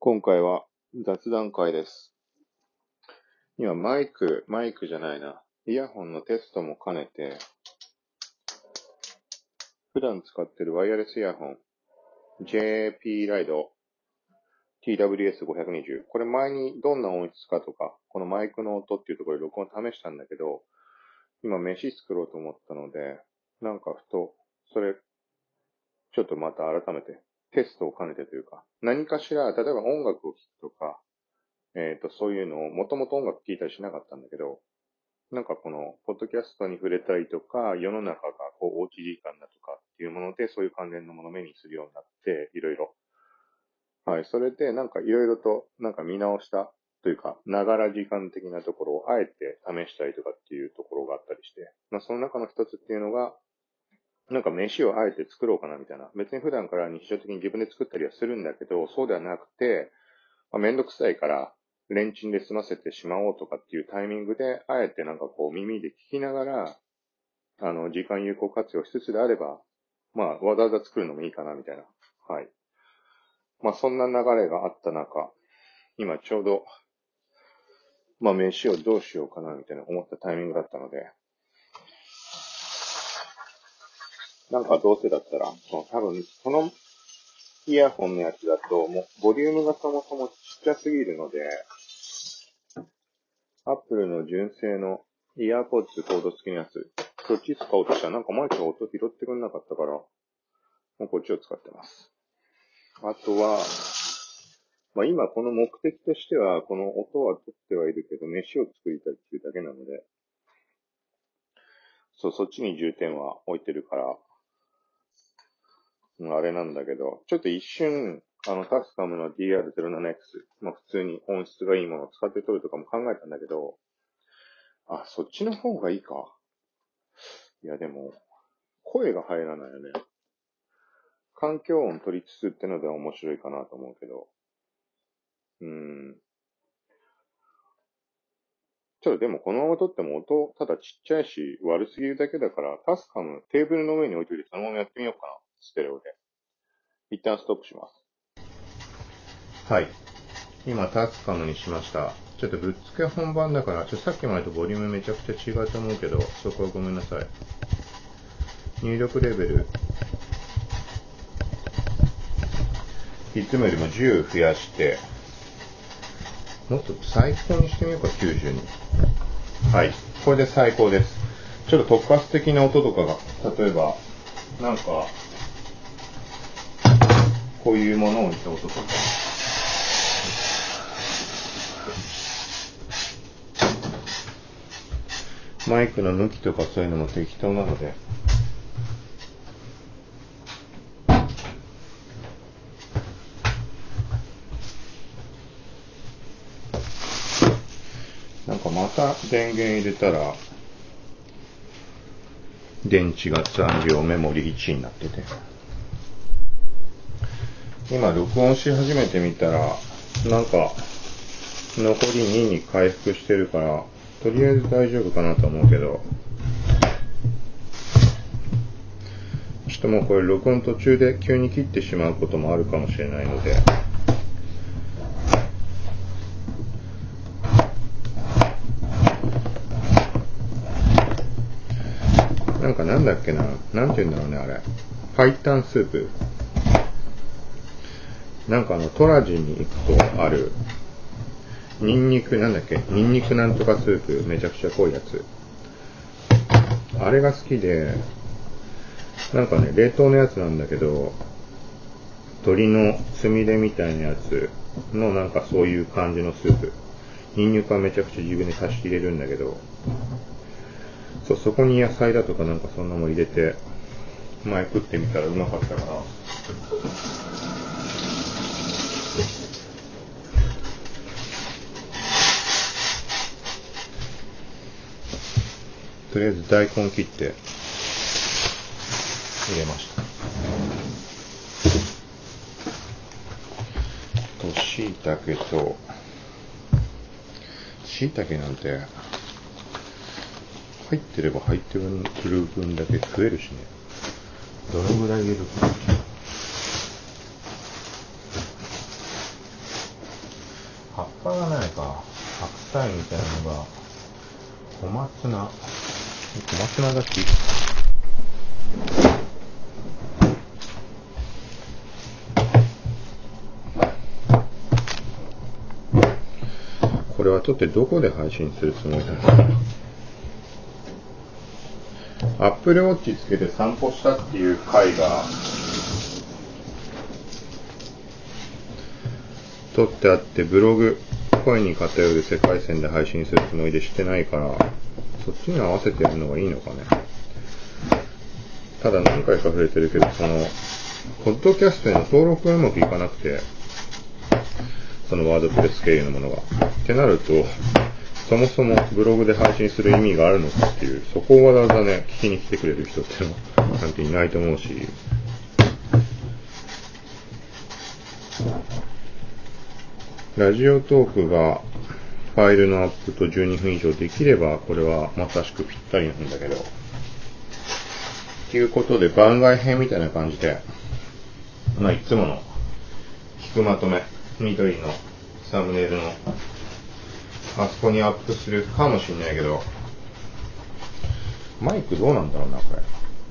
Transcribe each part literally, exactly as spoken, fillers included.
今回は雑談会です。今マイク、マイクじゃないな。イヤホンのテストも兼ねて、普段使ってるワイヤレスイヤホン、ジェーピー ライド ティーダブリューエスごひゃくにじゅう。これ前にどんな音質かとか、このマイクの音っていうところで録音試したんだけど、今飯作ろうと思ったので、なんかふと、それ、ちょっとまた改めてテストを兼ねてというか、何かしら、例えば音楽を聴くとか、えっと、そういうのを、もともと音楽聴いたりしなかったんだけど、なんかこの、ポッドキャストに触れたりとか、世の中がこう、おうち時間だとかっていうもので、そういう関連のものを目にするようになって、いろいろ。はい。それで、なんかいろいろと、なんか見直したというか、ながら時間的なところをあえて試したりとかっていうところがあったりして、まあその中の一つっていうのが、なんか飯をあえて作ろうかなみたいな。別に普段から日常的に自分で作ったりはするんだけど、そうではなくて、まあ、めんどくさいから、レンチンで済ませてしまおうとかっていうタイミングで、あえてなんかこう耳で聞きながら、あの、時間有効活用しつつであれば、まあ、わざわざ作るのもいいかな、みたいな。はい。まあ、そんな流れがあった中、今ちょうど、まあ、飯をどうしようかな、みたいな思ったタイミングだったので、なんかどうせだったら、多分、このイヤホンのやつだと、もう、ボリュームがそもそもちっちゃすぎるので、アップルの純正のイヤーポッツコード付きのやつ、そっち使おうとしたらなんかマイクが音拾ってくれなかったから、もうこっちを使ってます。あとは、まあ今この目的としては、この音は取ってはいるけど、飯を作りたいっていうだけなので、そう、そっちに重点は置いてるから、うん、あれなんだけど、ちょっと一瞬、あの、タスカムの ディーアールゼロななエックス、まあ普通に音質がいいものを使って撮るとかも考えたんだけど、あ、そっちの方がいいか。いやでも、声が入らないよね。環境音取りつつってのでは面白いかなと思うけど。うーん。ちょっとでもこのまま撮っても音ただちっちゃいし悪すぎるだけだから、タスカムテーブルの上に置いといてそのままやってみようかな。ステレオで。一旦ストップします。はい。今タスカムにしました。ちょっとぶっつけ本番だから、ちょっとさっきまでとボリュームめちゃくちゃ違うと思うけど、そこはごめんなさい。入力レベル。いつもよりもじゅう増やして、もっと最高にしてみようか、きゅうじゅうに。はい。これで最高です。ちょっと突発的な音とかが、例えば、なんか、こういうものを置いた音とか。マイクの向きとかそういうのも適当なので。なんかまた電源入れたら、電池が残量メモリいちになってて。今録音し始めてみたら、なんか、残りにに回復してるから、とりあえず大丈夫かなと思うけど、ちょっともうこれ録音途中で急に切ってしまうこともあるかもしれないので、なんかなんだっけな、なんて言うんだろうね、あれ。パイタンスープ。なんかあの、トラジに行くとある、ニンニクなんだっけ、ニンニクなんとかスープ、めちゃくちゃ濃いやつ。あれが好きで、なんかね、冷凍のやつなんだけど、鶏のつみれみたいなやつのなんかそういう感じのスープ。ニンニクはめちゃくちゃ自分で足し入れるんだけど、そう、そこに野菜だとかなんかそんなの入れて、前食ってみたらうまかったから。とりあえず大根切って入れました。と、椎茸と、椎茸なんて入ってれば入ってる分だけ食えるしね。どのぐらい入れるか。 葉がないか。白菜みたいなのが、小松菜。小松菜だっけ？これは撮ってどこで配信するつもりだろう。Apple Watch つけて散歩したっていう回が撮ってあって、ブログ、声に偏る世界線で配信するつもりでしてないから、そっちに合わせてやるのがいいのかね。ただ何回か触れてるけど、その、ポッドキャストへの登録がうまくいかなくて、そのワードプレス経由のものが。ってなると、そもそもブログで配信する意味があるのかっていう、そこをわざわざね、聞きに来てくれる人っていうのは、なんていないと思うし、ラジオトークがファイルのアップとじゅうにふん以上できれば、これはまさしくぴったりなんだけど、ということで番外編みたいな感じで、まあいつもの聞くまとめ、緑のサムネイルのあそこにアップするかもしれないけど、マイクどうなんだろうな、これ。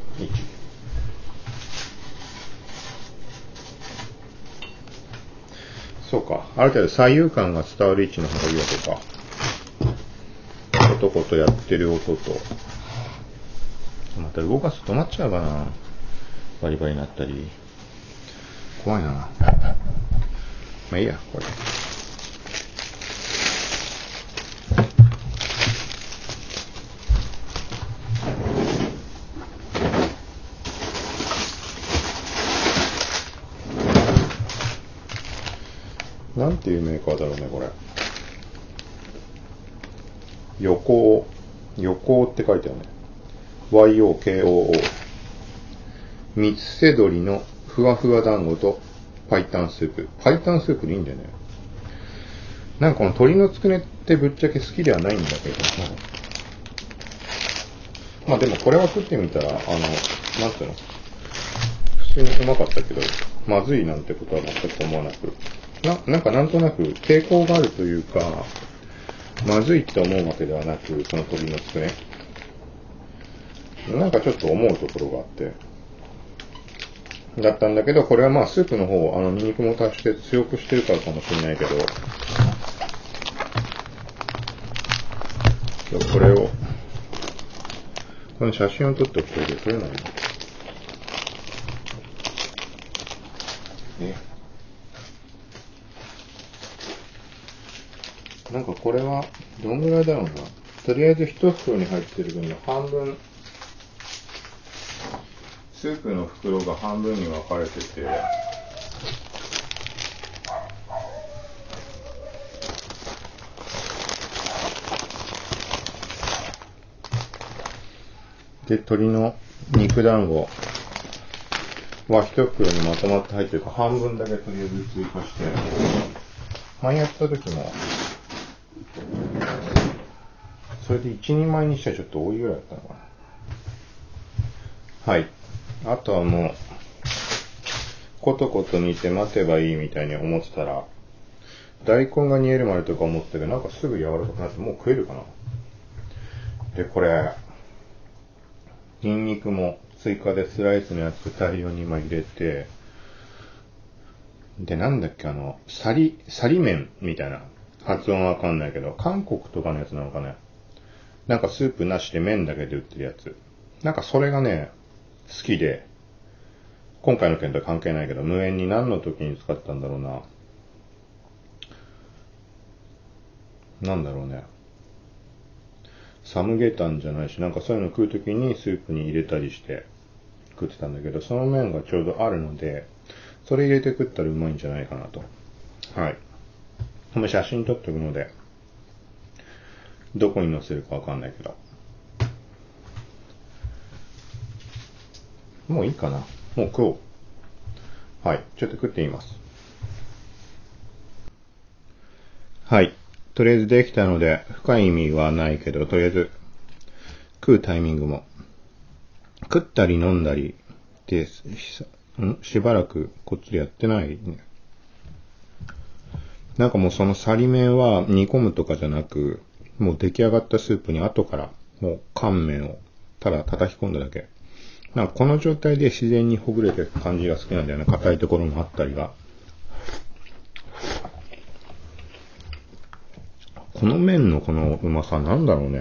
そうか。ある程度左右感が伝わる位置の方がいいわけか。コトコトやってる音と。また動かすと止まっちゃうかな。バリバリになったり。怖いな。まあいいや、これ。なんていうメーカーだろうね、これ。横、横って書いてあるね。ワイオーケーオーオー。三つせ鶏のふわふわ団子とパイタンスープ。パイタンスープでいいんだよね。なんかこの鶏のつくねってぶっちゃけ好きではないんだけど。まあでもこれは食ってみたら、あの、なんていうの、普通にうまかったけど、まずいなんてことは全く思わなく。な、なんかなんとなく抵抗があるというか、まずいって思うわけではなく、その鶏のつくね。なんかちょっと思うところがあって。だったんだけど、これはまあスープの方、あの、ニンニクも足して強くしてるからかもしれないけど、今日これを、この写真を撮っておくといいで、撮れないの？えなんかこれは、どんぐらいだろうな。とりあえず一袋に入ってる分の半分、スープの袋が半分に分かれてて、で、鶏の肉団子は一袋にまとまって入ってるから、半分だけとりあえず追加して、前やった時も、それで一人前にしてはちょっと多いぐらいだったのかな。はい。あとはもう、コトコト煮て待てばいいみたいに思ってたら、大根が煮えるまでとか思ってたけど、なんかすぐ柔らかくなってもう食えるかな。で、これ、ニンニクも追加でスライスのやつ大量に今入れて、で、なんだっけ、あの、サリ、サリ麺みたいな。発音わかんないけど、韓国とかのやつなのかね。なんかスープなしで麺だけで売ってるやつ。なんかそれがね、好きで、今回の件とは関係ないけど、無縁に何の時に使ったんだろうな。なんだろうね。サムゲタンじゃないし、なんかそういうの食う時にスープに入れたりして食ってたんだけど、その麺がちょうどあるので、それ入れて食ったらうまいんじゃないかなと。はい。この写真撮っておくので、どこに載せるかわかんないけど。もういいかな。もう食おう。はい。ちょっと食ってみます。はい。とりあえずできたので、深い意味はないけど、とりあえず、食うタイミングも。食ったり飲んだりで、しばらくこっちでやってないね。 なんかもうそのサリ麺は煮込むとかじゃなく、もう出来上がったスープに後からもう乾麺をただ叩き込んだだけ。なんかこの状態で自然にほぐれてる感じが好きなんだよね。硬いところもあったりが。この麺のこのうまさなんだろうね。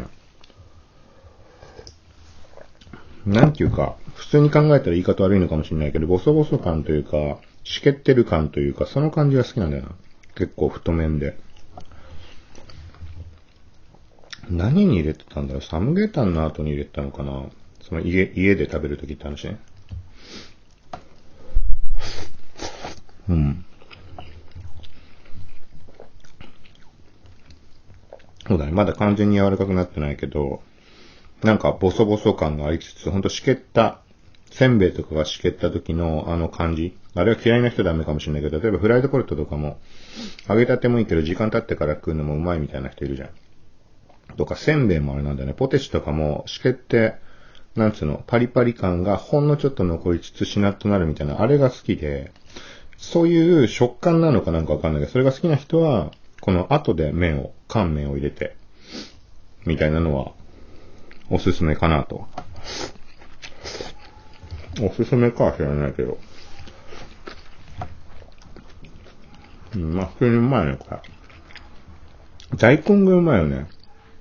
なんていうか、普通に考えたら言い方悪いのかもしれないけど、ボソボソ感というか、しけってる感というか、その感じが好きなんだよな。結構太麺で。何に入れてたんだろう。サムゲタンの後に入れてたのかな。その家、家で食べるときって話ね。うん。そうだね。まだ完全に柔らかくなってないけど、なんかボソボソ感がありつつ、ほんとしけった、せんべいとかがしけった時のあの感じ。あれは嫌いな人はダメかもしれないけど、例えばフライドポテトとかも、揚げたてもいいけど時間経ってから食うのもうまいみたいな人いるじゃん。とか、せんべいもあれなんだよね。ポテチとかも、しけって、なんつうの、パリパリ感がほんのちょっと残りつつしなっとなるみたいな、あれが好きで、そういう食感なのかなんかわかんないけど、それが好きな人は、この後で麺を、乾麺を入れて、みたいなのは、おすすめかなと。おすすめかは知らないけど。うん、まあ、普通にうまいね、これ。大根がうまいよね。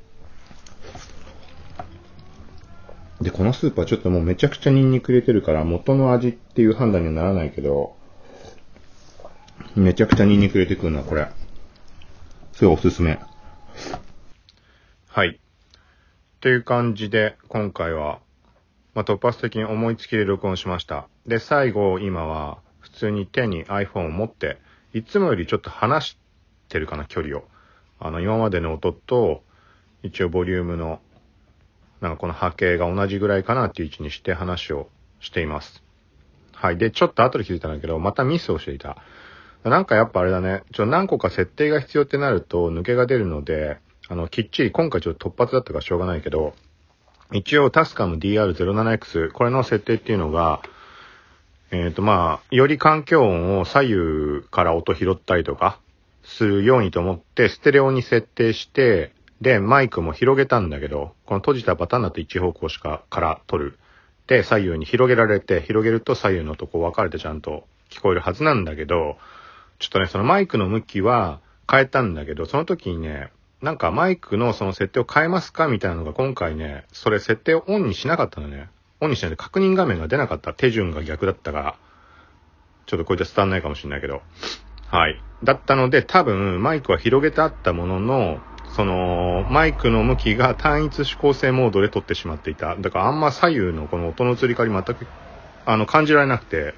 で、このスープはちょっともうめちゃくちゃニンニク入れてるから元の味っていう判断にはならないけど、めちゃくちゃニンニク入れてくるな、これ。すごいおすすめ。はい。という感じで、今回は、まあ、突発的に思いつきで録音しました。で、最後、今は、普通に手に iPhone を持って、いつもよりちょっと離してるかな、距離を。あの、今までの音と、一応ボリュームの、なんかこの波形が同じぐらいかなっていう位置にして話をしています。はい。で、ちょっと後で気づいたんだけど、またミスをしていた。なんかやっぱあれだね、ちょ何個か設定が必要ってなると抜けが出るので、あの、きっちり今回ちょっと突発だったからしょうがないけど、一応タスカム ディーアールゼロななエックス、これの設定っていうのが、えっとまあ、より環境音を左右から音拾ったりとかするようにと思ってステレオに設定して、で、マイクも広げたんだけど、この閉じたパターンだと一方向しかから撮る。で、左右に広げられて、広げると左右のとこ分かれてちゃんと聞こえるはずなんだけど、ちょっとね、そのマイクの向きは変えたんだけど、その時にね、なんかマイクのその設定を変えますかみたいなのが今回ね、それ設定をオンにしなかったのね。オンにしないで確認画面が出なかった。手順が逆だったから、ちょっとこういった伝わんないかもしれないけど。はい。だったので多分マイクは広げてあったものの、そのマイクの向きが単一指向性モードで撮ってしまっていた。だからあんま左右のこの音の移り変わり全くあの感じられなくて、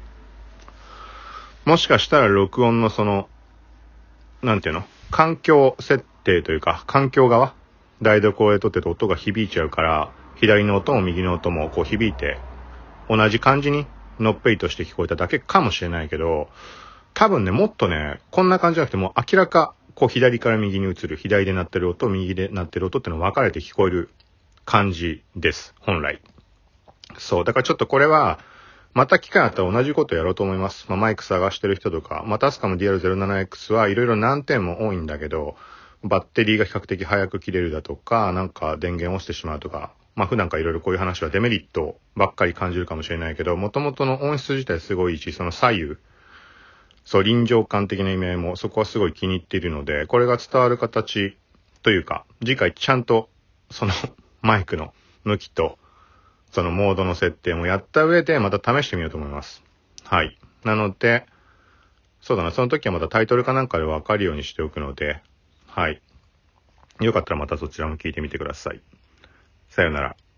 もしかしたら録音のその、なんていうの？環境設定というか、環境側台所へ撮ってて音が響いちゃうから、左の音も右の音もこう響いて、同じ感じにのっぺりとして聞こえただけかもしれないけど、多分ね、もっとね、こんな感じじゃなくてもう明らか、こう左から右に移る、左で鳴ってる音、右で鳴ってる音っての分かれて聞こえる感じです、本来。そう、だからちょっとこれは、また機会あったら同じことやろうと思います。まあ、マイク探してる人とか、まあ、タスカム ディーアールゼロななエックス はいろいろ難点も多いんだけど、バッテリーが比較的早く切れるだとか、なんか電源落ちてしまうとか、まあ、普段からいろいろこういう話はデメリットばっかり感じるかもしれないけど、元々の音質自体すごいし、その左右、そう臨場感的な意味合いもそこはすごい気に入っているので、これが伝わる形というか、次回ちゃんとそのマイクの向きと、そのモードの設定もやった上でまた試してみようと思います。はい。なので、そうだな、その時はまたタイトルかなんかでわかるようにしておくので、はい。よかったらまたそちらも聞いてみてください。さよなら。